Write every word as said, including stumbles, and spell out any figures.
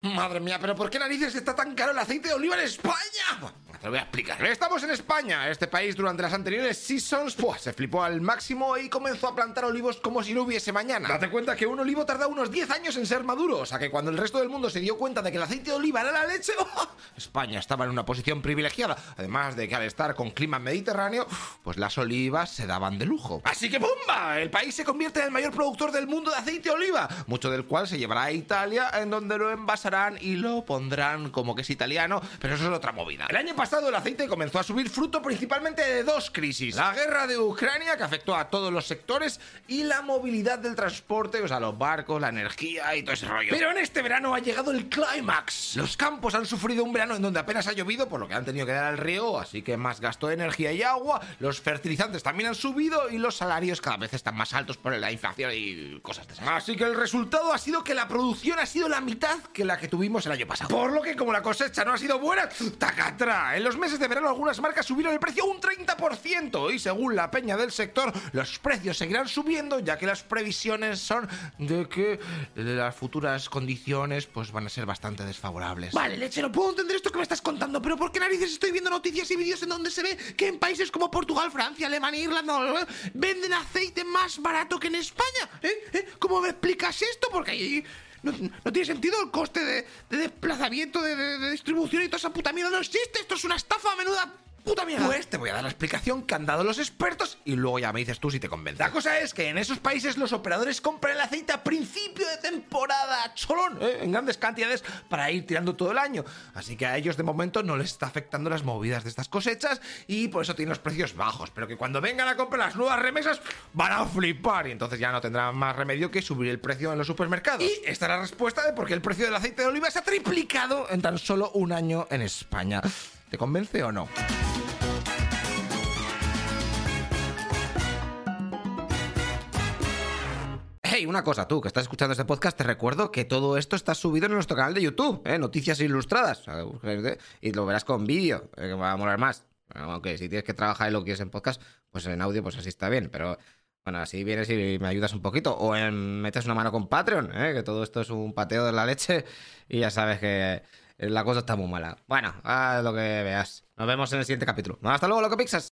Madre mía, ¿pero por qué narices está tan caro el aceite de oliva en España? Bueno, te lo voy a explicar. Estamos en España. Este país durante las anteriores seasons pues, se flipó al máximo y comenzó a plantar olivos como si no hubiese mañana. Date cuenta que un olivo tarda unos diez años en ser maduro, o sea que cuando el resto del mundo se dio cuenta de que el aceite de oliva era la leche, ¡oh! España estaba en una posición privilegiada. Además de que al estar con clima mediterráneo, pues las olivas se daban de lujo. Así que ¡pumba! El país se convierte en el mayor productor del mundo de aceite de oliva, mucho del cual se llevará a Italia, en donde lo envasarán y lo pondrán como que es italiano, pero eso es otra movida. El año pasado el aceite comenzó a subir fruto principalmente de dos crisis: la guerra de Ucrania, que afectó a todos los sectores, y la movilidad del transporte, o sea, los barcos, la energía y todo ese rollo. Pero en este verano ha llegado el clímax. Los campos han sufrido un verano en donde apenas ha llovido, por lo que han tenido que dar al riego, así que más gasto de energía y agua, los fertilizantes también han subido y los salarios cada vez están más altos por la inflación y cosas de esas. Así que el resultado ha sido que la producción ha sido la mitad que la que tuvimos el año pasado. Por lo que como la cosecha no ha sido buena, ¡tacatra! En los meses de verano algunas marcas subieron el precio un treinta por ciento y según la peña del sector, los precios seguirán subiendo, ya que las previsiones son de que las futuras condiciones pues van a ser bastante desfavorables. Vale, lechero, puedo entender esto que me estás contando, pero ¿por qué narices estoy viendo noticias y vídeos en donde se ve que en países como Portugal, Francia, Alemania, Irlanda venden aceite más barato que en España? ¿Eh? ¿Eh? ¿Cómo me explicas esto? Porque ahí no, no tiene sentido el coste de, de desplazamiento, de, de, de distribución y toda esa puta mierda. No existe, esto es una estafa, menuda puta mierda. Pues te voy a dar la explicación que han dado los expertos y luego ya me dices tú si te convence. La cosa es que en esos países los operadores compran el aceite a principio de temporada, cholón, ¿eh? En grandes cantidades para ir tirando todo el año. Así que a ellos de momento no les está afectando las movidas de estas cosechas y por eso tienen los precios bajos. Pero que cuando vengan a comprar las nuevas remesas van a flipar y entonces ya no tendrán más remedio que subir el precio en los supermercados. Y esta es la respuesta de por qué el precio del aceite de oliva se ha triplicado en tan solo un año en España. ¿Te convence o no? Hey, una cosa, tú que estás escuchando este podcast, te recuerdo que todo esto está subido en nuestro canal de YouTube, ¿eh? Noticias Ilustradas, y lo verás con vídeo, eh, que va a molar más. Aunque si tienes que trabajar y lo quieres en podcast, pues en audio, pues así está bien, pero bueno, así vienes y me ayudas un poquito, o en, metes una mano con Patreon, ¿eh? Que todo esto es un pateo de la leche y ya sabes que la cosa está muy mala. Bueno, haz lo que veas. Nos vemos en el siguiente capítulo. Hasta luego, loco Pixas.